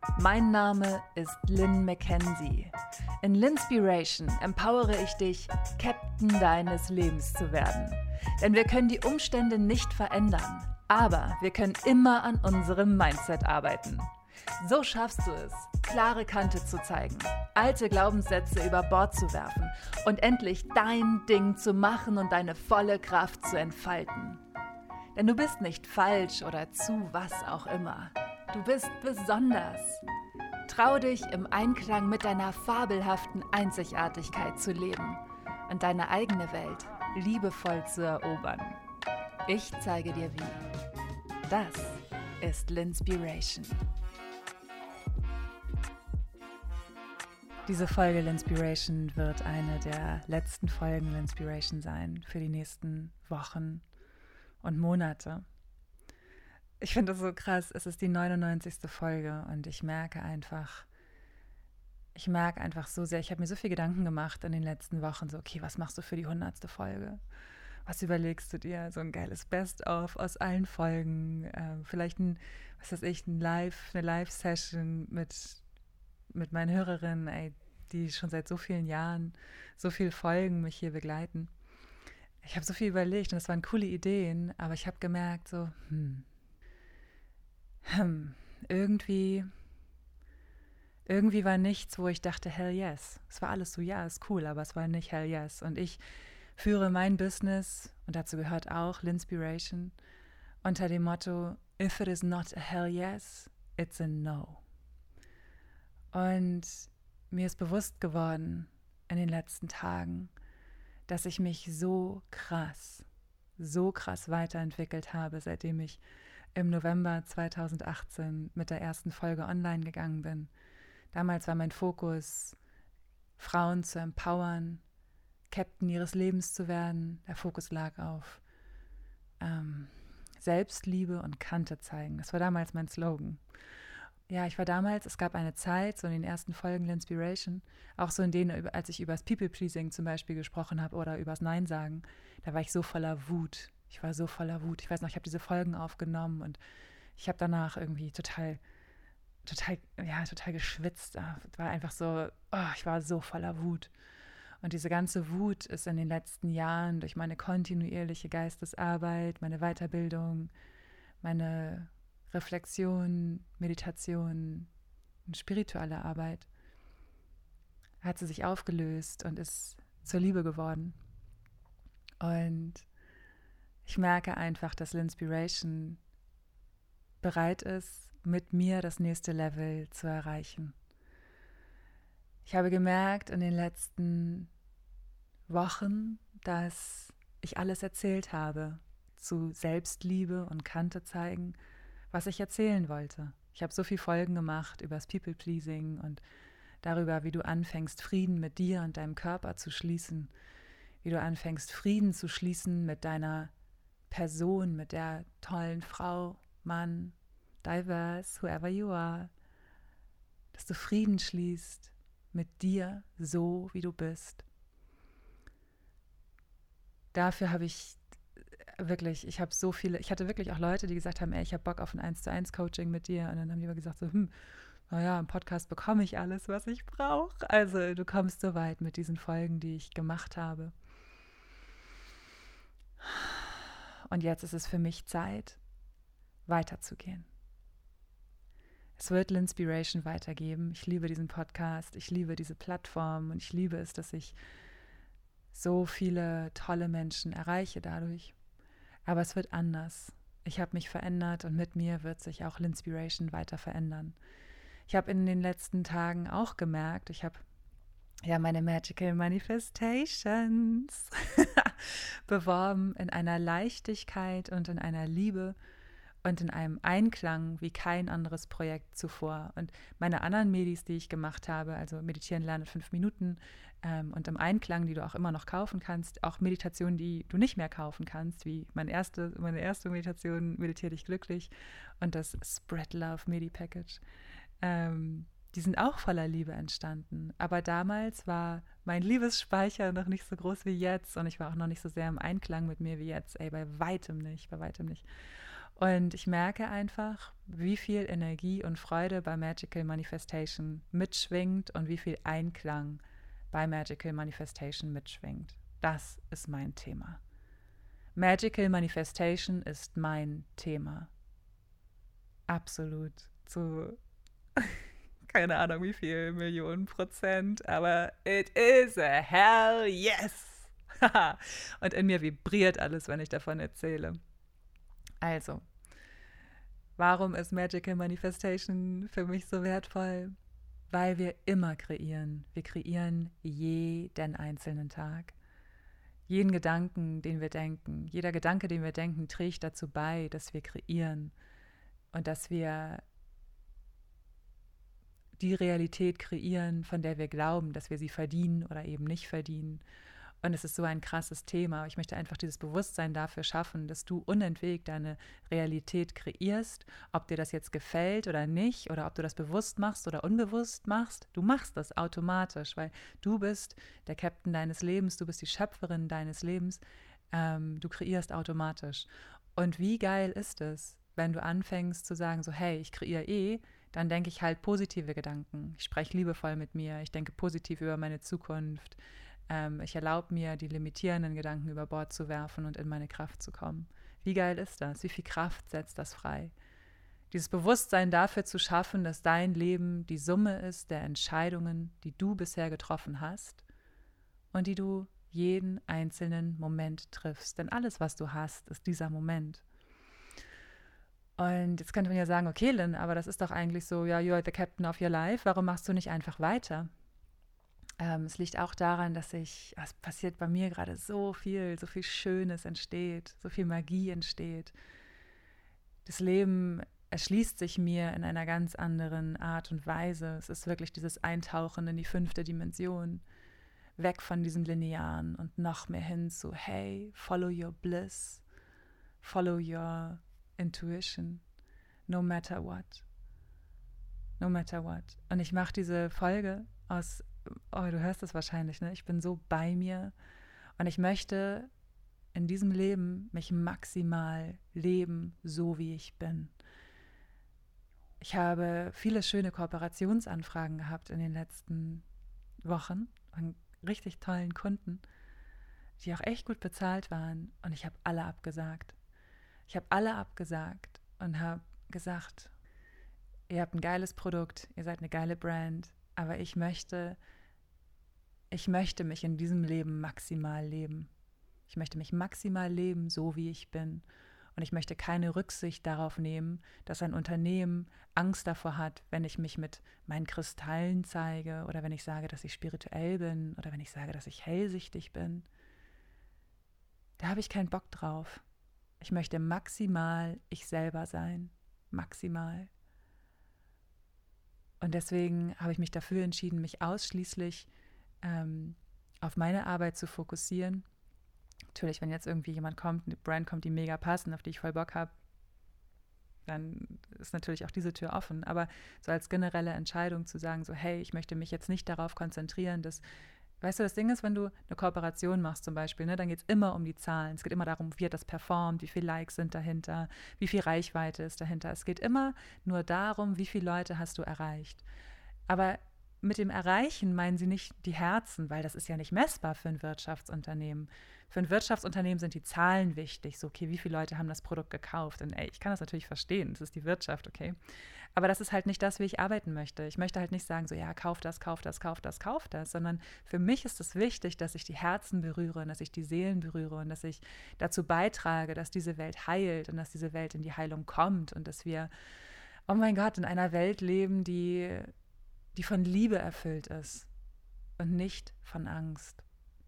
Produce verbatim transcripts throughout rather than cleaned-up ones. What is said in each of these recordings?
Mein Name ist Lynn McKenzie. In Linspiration empowere ich dich, Captain deines Lebens zu werden. Denn wir können die Umstände nicht verändern, aber wir können immer an unserem Mindset arbeiten. So schaffst du es, klare Kante zu zeigen, alte Glaubenssätze über Bord zu werfen und endlich dein Ding zu machen und deine volle Kraft zu entfalten. Denn du bist nicht falsch oder zu was auch immer. Du bist besonders. Trau dich, im Einklang mit deiner fabelhaften Einzigartigkeit zu leben und deine eigene Welt liebevoll zu erobern. Ich zeige dir wie. Das ist Linspiration. Diese Folge Linspiration wird eine der letzten Folgen Linspiration sein für die nächsten Wochen und Monate. Ich finde das so krass, es ist die neunundneunzigste Folge und ich merke einfach, ich merke einfach so sehr, ich habe mir so viel Gedanken gemacht in den letzten Wochen, so okay, was machst du für die hundertste Folge? Was überlegst du dir? So ein geiles Best-of aus allen Folgen, äh, vielleicht ein, was weiß ich, ein Live, eine Live-Session mit, mit meinen Hörerinnen, ey, die schon seit so vielen Jahren, so viele Folgen mich hier begleiten. Ich habe so viel überlegt und es waren coole Ideen, aber ich habe gemerkt so, hm, Hm, irgendwie, irgendwie war nichts, wo ich dachte, hell yes. Es war alles so, ja, ist cool, aber es war nicht hell yes. Und ich führe mein Business, und dazu gehört auch Linspiration, unter dem Motto, if it is not a hell yes, it's a no. Und mir ist bewusst geworden in den letzten Tagen, dass ich mich so krass, so krass weiterentwickelt habe, seitdem ich im November zweitausendachtzehn mit der ersten Folge online gegangen bin. Damals war mein Fokus, Frauen zu empowern, Captain ihres Lebens zu werden. Der Fokus lag auf ähm, Selbstliebe und Kante zeigen. Das war damals mein Slogan. Ja, ich war damals, es gab eine Zeit, so in den ersten Folgen Linspiration, auch so in denen, als ich über das People-Pleasing zum Beispiel gesprochen habe oder über das Nein sagen, da war ich so voller Wut. Ich war so voller Wut. Ich weiß noch, ich habe diese Folgen aufgenommen und ich habe danach irgendwie total, total, ja, total geschwitzt. Es war einfach so, oh, ich war so voller Wut. Und diese ganze Wut ist in den letzten Jahren durch meine kontinuierliche Geistesarbeit, meine Weiterbildung, meine Reflexion, Meditation und spirituelle Arbeit, hat sie sich aufgelöst und ist zur Liebe geworden. Und ich merke einfach, dass Linspiration bereit ist, mit mir das nächste Level zu erreichen. Ich habe gemerkt in den letzten Wochen, dass ich alles erzählt habe zu Selbstliebe und Kante zeigen, was ich erzählen wollte. Ich habe so viele Folgen gemacht über das People-Pleasing und darüber, wie du anfängst, Frieden mit dir und deinem Körper zu schließen, wie du anfängst, Frieden zu schließen mit deiner Person, mit der tollen Frau, Mann, diverse, whoever you are, dass du Frieden schließt mit dir, so wie du bist. Dafür habe ich wirklich, ich habe so viele, ich hatte wirklich auch Leute, die gesagt haben, ey, ich habe Bock auf ein eins zu eins Coaching mit dir, und dann haben die immer gesagt so, hm, naja, im Podcast bekomme ich alles, was ich brauche. Also du kommst so weit mit diesen Folgen, die ich gemacht habe. Und jetzt ist es für mich Zeit, weiterzugehen. Es wird Linspiration weitergeben. Ich liebe diesen Podcast, ich liebe diese Plattform und ich liebe es, dass ich so viele tolle Menschen erreiche dadurch. Aber es wird anders. Ich habe mich verändert und mit mir wird sich auch Linspiration weiter verändern. Ich habe in den letzten Tagen auch gemerkt, ich habe ja meine Magical Manifestations beworben in einer Leichtigkeit und in einer Liebe und in einem Einklang wie kein anderes Projekt zuvor. Und meine anderen Medis, die ich gemacht habe, also Meditieren lernen fünf Minuten ähm, und im Einklang, die du auch immer noch kaufen kannst, auch Meditationen, die du nicht mehr kaufen kannst, wie meine erste, meine erste Meditation, Meditiere dich glücklich, und das Spread Love Medi Package. Ähm, die sind auch voller Liebe entstanden. Aber damals war mein Liebesspeicher noch nicht so groß wie jetzt und ich war auch noch nicht so sehr im Einklang mit mir wie jetzt. Ey, bei weitem nicht, bei weitem nicht. Und ich merke einfach, wie viel Energie und Freude bei Magical Manifestation mitschwingt und wie viel Einklang bei Magical Manifestation mitschwingt. Das ist mein Thema. Magical Manifestation ist mein Thema. Absolut. Zu keine Ahnung wie viel Millionen Prozent, aber it is a hell yes. Und in mir vibriert alles, wenn ich davon erzähle. Also, warum ist Magical Manifestation für mich so wertvoll? Weil wir immer kreieren. Wir kreieren jeden einzelnen Tag. Jeden Gedanken, den wir denken, jeder Gedanke, den wir denken, trägt dazu bei, dass wir kreieren und dass wir die Realität kreieren, von der wir glauben, dass wir sie verdienen oder eben nicht verdienen. Und es ist so ein krasses Thema. Ich möchte einfach dieses Bewusstsein dafür schaffen, dass du unentwegt deine Realität kreierst, ob dir das jetzt gefällt oder nicht, oder ob du das bewusst machst oder unbewusst machst. Du machst das automatisch, weil du bist der Captain deines Lebens, du bist die Schöpferin deines Lebens. Ähm, du kreierst automatisch. Und wie geil ist es, wenn du anfängst zu sagen, so hey, ich kreiere eh, dann denke ich halt positive Gedanken. Ich spreche liebevoll mit mir, ich denke positiv über meine Zukunft. Ähm, ich erlaube mir, die limitierenden Gedanken über Bord zu werfen und in meine Kraft zu kommen. Wie geil ist das? Wie viel Kraft setzt das frei? Dieses Bewusstsein dafür zu schaffen, dass dein Leben die Summe ist der Entscheidungen, die du bisher getroffen hast und die du jeden einzelnen Moment triffst. Denn alles, was du hast, ist dieser Moment. Und jetzt könnte man ja sagen, okay, Lynn, aber das ist doch eigentlich so, ja, you're the captain of your life, warum machst du nicht einfach weiter? Ähm, es liegt auch daran, dass ich, es passiert bei mir gerade so viel, so viel Schönes entsteht, so viel Magie entsteht. Das Leben erschließt sich mir in einer ganz anderen Art und Weise. Es ist wirklich dieses Eintauchen in die fünfte Dimension, weg von diesem Linearen und noch mehr hin zu, hey, follow your bliss, follow your intuition, no matter what. No matter what. Und ich mache diese Folge aus oh, du hörst es wahrscheinlich, ne? Ich bin so bei mir und ich möchte in diesem Leben mich maximal leben, so wie ich bin. Ich habe viele schöne Kooperationsanfragen gehabt in den letzten Wochen von richtig tollen Kunden, die auch echt gut bezahlt waren und ich habe alle abgesagt. Ich habe alle abgesagt und habe gesagt, ihr habt ein geiles Produkt, ihr seid eine geile Brand, aber ich möchte, ich möchte mich in diesem Leben maximal leben. Ich möchte mich maximal leben, so wie ich bin. Und ich möchte keine Rücksicht darauf nehmen, dass ein Unternehmen Angst davor hat, wenn ich mich mit meinen Kristallen zeige oder wenn ich sage, dass ich spirituell bin oder wenn ich sage, dass ich hellsichtig bin. Da habe ich keinen Bock drauf. Ich möchte maximal ich selber sein. Maximal. Und deswegen habe ich mich dafür entschieden, mich ausschließlich ähm, auf meine Arbeit zu fokussieren. Natürlich, wenn jetzt irgendwie jemand kommt, eine Brand kommt, die mega passt und auf die ich voll Bock habe, dann ist natürlich auch diese Tür offen. Aber so als generelle Entscheidung zu sagen, so hey, ich möchte mich jetzt nicht darauf konzentrieren, dass, weißt du, das Ding ist, wenn du eine Kooperation machst zum Beispiel, ne, dann geht es immer um die Zahlen. Es geht immer darum, wie hat das performt, wie viele Likes sind dahinter, wie viel Reichweite ist dahinter. Es geht immer nur darum, wie viele Leute hast du erreicht. Aber mit dem Erreichen meinen sie nicht die Herzen, weil das ist ja nicht messbar für ein Wirtschaftsunternehmen. Für ein Wirtschaftsunternehmen sind die Zahlen wichtig. So, okay, wie viele Leute haben das Produkt gekauft? Und ey, ich kann das natürlich verstehen, das ist die Wirtschaft, okay? Aber das ist halt nicht das, wie ich arbeiten möchte. Ich möchte halt nicht sagen, so, ja, kauf das, kauf das, kauf das, kauf das, sondern für mich ist es wichtig, dass ich die Herzen berühre und dass ich die Seelen berühre und dass ich dazu beitrage, dass diese Welt heilt und dass diese Welt in die Heilung kommt und dass wir, oh mein Gott, in einer Welt leben, die die von Liebe erfüllt ist und nicht von Angst.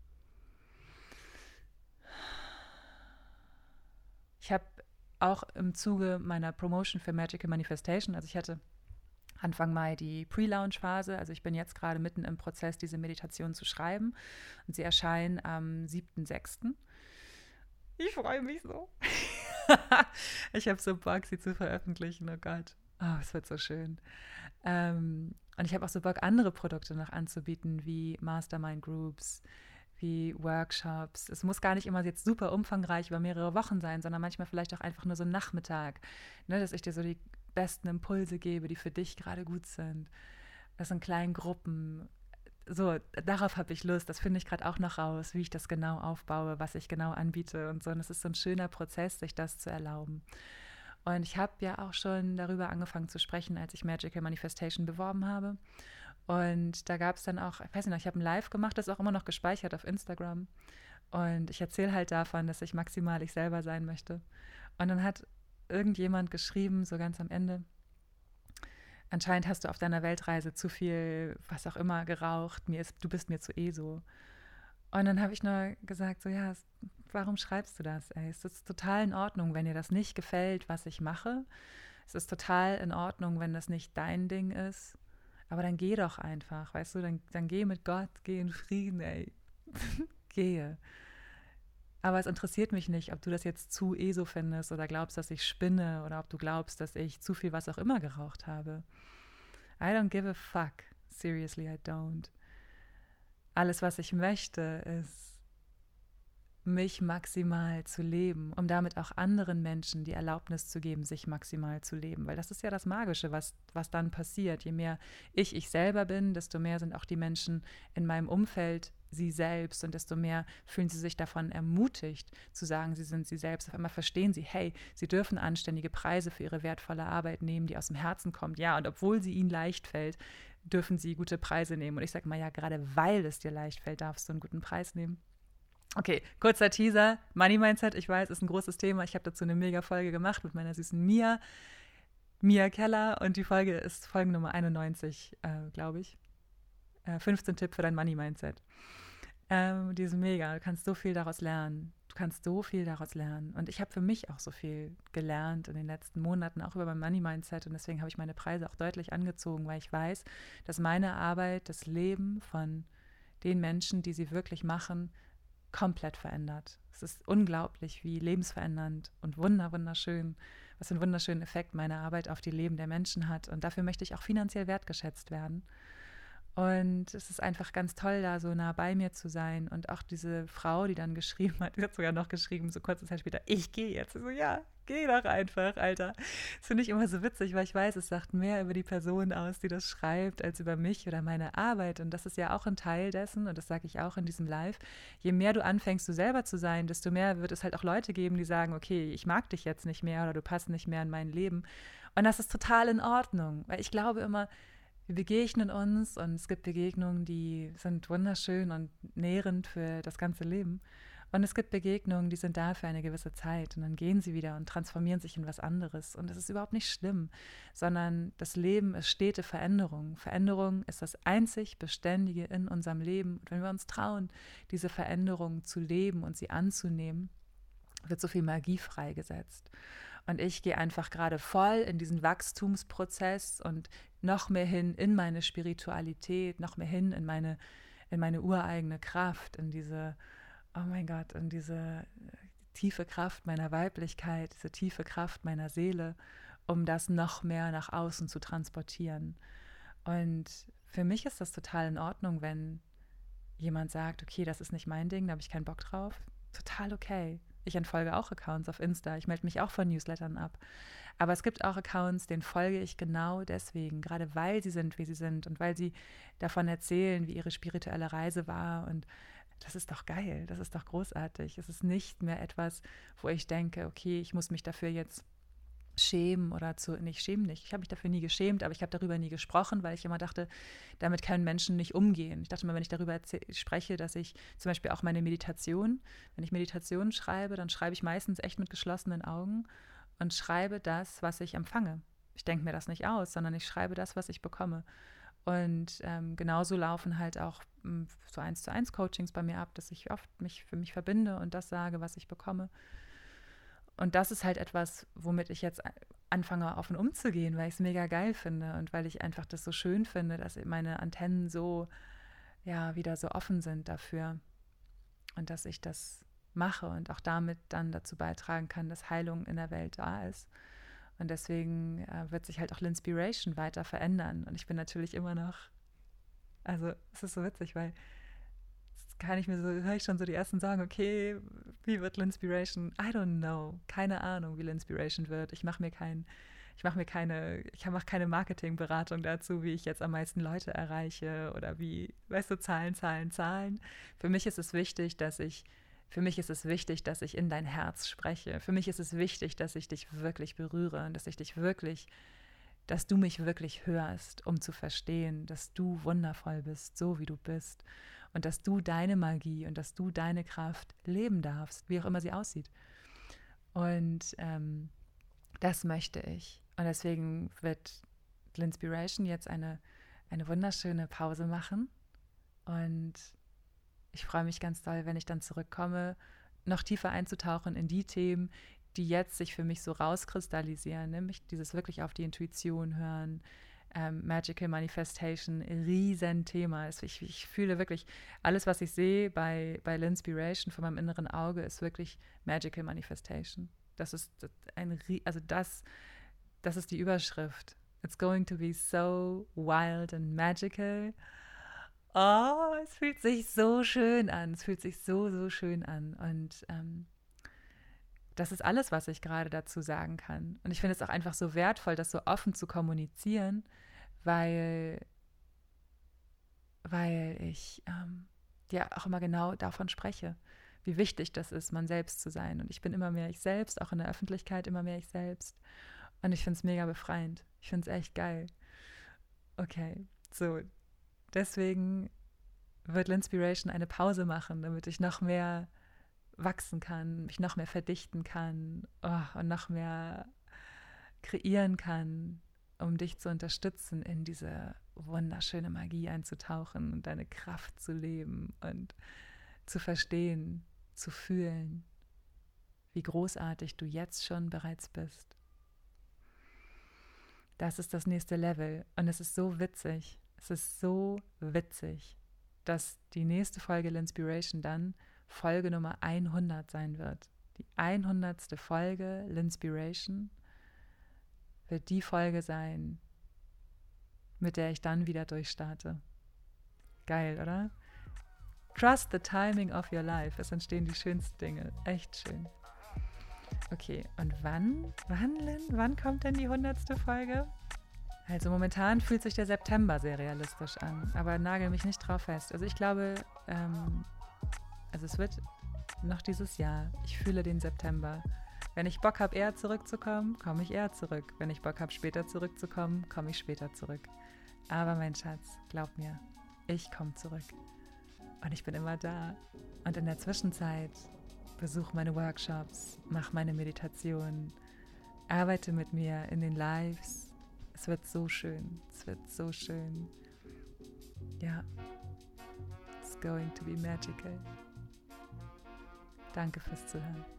Ich habe auch im Zuge meiner Promotion für Magical Manifestation, also ich hatte Anfang Mai die Pre-Launch-Phase, also ich bin jetzt gerade mitten im Prozess, diese Meditation zu schreiben und sie erscheinen am siebten sechsten Ich freue mich so. Ich habe so Bock, sie zu veröffentlichen, oh Gott. Oh, es wird so schön. Ähm, und ich habe auch so Bock, andere Produkte noch anzubieten, wie Mastermind Groups, wie Workshops. Es muss gar nicht immer jetzt super umfangreich über mehrere Wochen sein, sondern manchmal vielleicht auch einfach nur so ein Nachmittag, ne, dass ich dir so die besten Impulse gebe, die für dich gerade gut sind. Das in kleinen Gruppen. So, darauf habe ich Lust. Das finde ich gerade auch noch raus, wie ich das genau aufbaue, was ich genau anbiete und so. Und es ist so ein schöner Prozess, sich das zu erlauben. Und ich habe ja auch schon darüber angefangen zu sprechen, als ich Magical Manifestation beworben habe. Und da gab es dann auch, ich weiß nicht noch, ich habe ein Live gemacht, das ist auch immer noch gespeichert auf Instagram. Und ich erzähle halt davon, dass ich maximal ich selber sein möchte. Und dann hat irgendjemand geschrieben, so ganz am Ende, anscheinend hast du auf deiner Weltreise zu viel, was auch immer, geraucht, mir ist, du bist mir zu eh so. Und dann habe ich nur gesagt, so ja, warum schreibst du das? Ey? Es ist total in Ordnung, wenn dir das nicht gefällt, was ich mache. Es ist total in Ordnung, wenn das nicht dein Ding ist. Aber dann geh doch einfach, weißt du, dann, dann geh mit Gott, geh in Frieden, ey. Gehe. Aber es interessiert mich nicht, ob du das jetzt zu eh so findest oder glaubst, dass ich spinne oder ob du glaubst, dass ich zu viel was auch immer geraucht habe. I don't give a fuck. Seriously, I don't. Alles, was ich möchte, ist, mich maximal zu leben, um damit auch anderen Menschen die Erlaubnis zu geben, sich maximal zu leben. Weil das ist ja das Magische, was, was dann passiert. Je mehr ich ich selber bin, desto mehr sind auch die Menschen in meinem Umfeld sie selbst und desto mehr fühlen sie sich davon ermutigt, zu sagen, sie sind sie selbst. Auf einmal verstehen sie, hey, sie dürfen anständige Preise für ihre wertvolle Arbeit nehmen, die aus dem Herzen kommt. Ja, und obwohl sie ihnen leicht fällt, dürfen sie gute Preise nehmen. Und ich sage mal, ja, gerade weil es dir leicht fällt, darfst du einen guten Preis nehmen. Okay, kurzer Teaser. Money Mindset, ich weiß, ist ein großes Thema. Ich habe dazu eine Mega-Folge gemacht mit meiner süßen Mia, Mia Keller. Und die Folge ist Folge Nummer einundneunzig, äh, glaube ich. Äh, fünfzehn Tipp für dein Money Mindset. Ähm, die ist mega. Du kannst so viel daraus lernen. Du kannst so viel daraus lernen. Und ich habe für mich auch so viel gelernt in den letzten Monaten, auch über mein Money Mindset. Und deswegen habe ich meine Preise auch deutlich angezogen, weil ich weiß, dass meine Arbeit das Leben von den Menschen, die sie wirklich machen, komplett verändert. Es ist unglaublich, wie lebensverändernd und wunder, wunderschön, was für einen wunderschönen Effekt meine Arbeit auf die Leben der Menschen hat. Und dafür möchte ich auch finanziell wertgeschätzt werden. Und es ist einfach ganz toll, da so nah bei mir zu sein. Und auch diese Frau, die dann geschrieben hat, die hat sogar noch geschrieben, so kurze Zeit später, ich gehe jetzt. Ich so, ja, geh doch einfach, Alter. Das finde ich immer so witzig, weil ich weiß, es sagt mehr über die Person aus, die das schreibt, als über mich oder meine Arbeit. Und das ist ja auch ein Teil dessen, und das sage ich auch in diesem Live. Je mehr du anfängst, du selber zu sein, desto mehr wird es halt auch Leute geben, die sagen, okay, ich mag dich jetzt nicht mehr oder du passt nicht mehr in mein Leben. Und das ist total in Ordnung, weil ich glaube immer, wir begegnen uns und es gibt Begegnungen, die sind wunderschön und nährend für das ganze Leben. Und es gibt Begegnungen, die sind da für eine gewisse Zeit und dann gehen sie wieder und transformieren sich in was anderes. Und das ist überhaupt nicht schlimm, sondern das Leben ist stete Veränderung. Veränderung ist das einzig Beständige in unserem Leben. Und wenn wir uns trauen, diese Veränderung zu leben und sie anzunehmen, wird so viel Magie freigesetzt. Und ich gehe einfach gerade voll in diesen Wachstumsprozess und noch mehr hin in meine Spiritualität, noch mehr hin in meine, in meine ureigene Kraft, in diese, oh mein Gott, in diese tiefe Kraft meiner Weiblichkeit, diese tiefe Kraft meiner Seele, um das noch mehr nach außen zu transportieren. Und für mich ist das total in Ordnung, wenn jemand sagt, okay, das ist nicht mein Ding, da habe ich keinen Bock drauf. Total okay. Ich entfolge auch Accounts auf Insta. Ich melde mich auch von Newslettern ab. Aber es gibt auch Accounts, denen folge ich genau deswegen, gerade weil sie sind, wie sie sind und weil sie davon erzählen, wie ihre spirituelle Reise war. Und das ist doch geil, das ist doch großartig. Es ist nicht mehr etwas, wo ich denke, okay, ich muss mich dafür jetzt schämen oder zu, nicht schämen nicht. Ich habe mich dafür nie geschämt, aber ich habe darüber nie gesprochen, weil ich immer dachte, damit können Menschen nicht umgehen. Ich dachte immer, wenn ich darüber spreche, dass ich zum Beispiel auch meine Meditation, wenn ich Meditation schreibe, dann schreibe ich meistens echt mit geschlossenen Augen und schreibe das, was ich empfange. Ich denke mir das nicht aus, sondern ich schreibe das, was ich bekomme. Und ähm, genauso laufen halt auch mh, so eins zu eins Coachings bei mir ab, dass ich oft mich für mich verbinde und das sage, was ich bekomme. Und das ist halt etwas, womit ich jetzt anfange, offen umzugehen, weil ich es mega geil finde und weil ich einfach das so schön finde, dass meine Antennen so, ja, wieder so offen sind dafür und dass ich das mache und auch damit dann dazu beitragen kann, dass Heilung in der Welt da ist. Und deswegen äh, wird sich halt auch Linspiration weiter verändern. Und ich bin natürlich immer noch, also es ist so witzig, weil jetzt kann ich mir so, höre ich schon so die ersten Sorgen, okay, wie wird Linspiration? I don't know. Keine Ahnung, wie Linspiration wird. Ich mache mir kein, ich mache mir keine, ich mache keine Marketingberatung dazu, wie ich jetzt am meisten Leute erreiche oder wie, weißt du, Zahlen, Zahlen, Zahlen. Für mich ist es wichtig, dass ich, für mich ist es wichtig, dass ich in dein Herz spreche. Für mich ist es wichtig, dass ich dich wirklich berühre und dass ich dich wirklich, dass du mich wirklich hörst, um zu verstehen, dass du wundervoll bist, so wie du bist. Und dass du deine Magie und dass du deine Kraft leben darfst, wie auch immer sie aussieht. Und ähm, das möchte ich. Und deswegen wird Linspiration jetzt eine, eine wunderschöne Pause machen. Und ich freue mich ganz doll, wenn ich dann zurückkomme, noch tiefer einzutauchen in die Themen, die jetzt sich für mich so rauskristallisieren, nämlich dieses wirklich auf die Intuition hören, ähm, Magical Manifestation, Riesenthema. Ich, ich fühle wirklich, alles, was ich sehe bei, bei Linspiration von meinem inneren Auge, ist wirklich Magical Manifestation. Das ist ein, also das, das ist die Überschrift. It's going to be so wild and magical. Oh, es fühlt sich so schön an. Es fühlt sich so, so schön an. Und ähm, das ist alles, was ich gerade dazu sagen kann. Und ich finde es auch einfach so wertvoll, das so offen zu kommunizieren, weil, weil ich ähm, ja auch immer genau davon spreche, wie wichtig das ist, man selbst zu sein. Und ich bin immer mehr ich selbst, auch in der Öffentlichkeit immer mehr ich selbst. Und ich finde es mega befreiend. Ich finde es echt geil. Okay, so. Deswegen wird Linspiration eine Pause machen, damit ich noch mehr wachsen kann, mich noch mehr verdichten kann oh, und noch mehr kreieren kann, um dich zu unterstützen, in diese wunderschöne Magie einzutauchen und deine Kraft zu leben und zu verstehen, zu fühlen, wie großartig du jetzt schon bereits bist. Das ist das nächste Level und es ist so witzig, es ist so witzig, dass die nächste Folge Linspiration dann Folge Nummer hundert sein wird. Die hundertste Folge Linspiration wird die Folge sein, mit der ich dann wieder durchstarte. Geil, oder? Trust the timing of your life. Es entstehen die schönsten Dinge. Echt schön. Okay, und wann, wann, Lynn, wann kommt denn die hundertste Folge? Also momentan fühlt sich der September sehr realistisch an, aber nagel mich nicht drauf fest. Also ich glaube, ähm, also es wird noch dieses Jahr. Ich fühle den September. Wenn ich Bock habe, eher zurückzukommen, komme ich eher zurück. Wenn ich Bock habe, später zurückzukommen, komme ich später zurück. Aber mein Schatz, glaub mir, ich komme zurück. Und ich bin immer da. Und in der Zwischenzeit besuche meine Workshops, mache meine Meditation, arbeite mit mir in den Lives. Es wird so schön. Es wird so schön. Ja. It's going to be magical. Danke fürs Zuhören.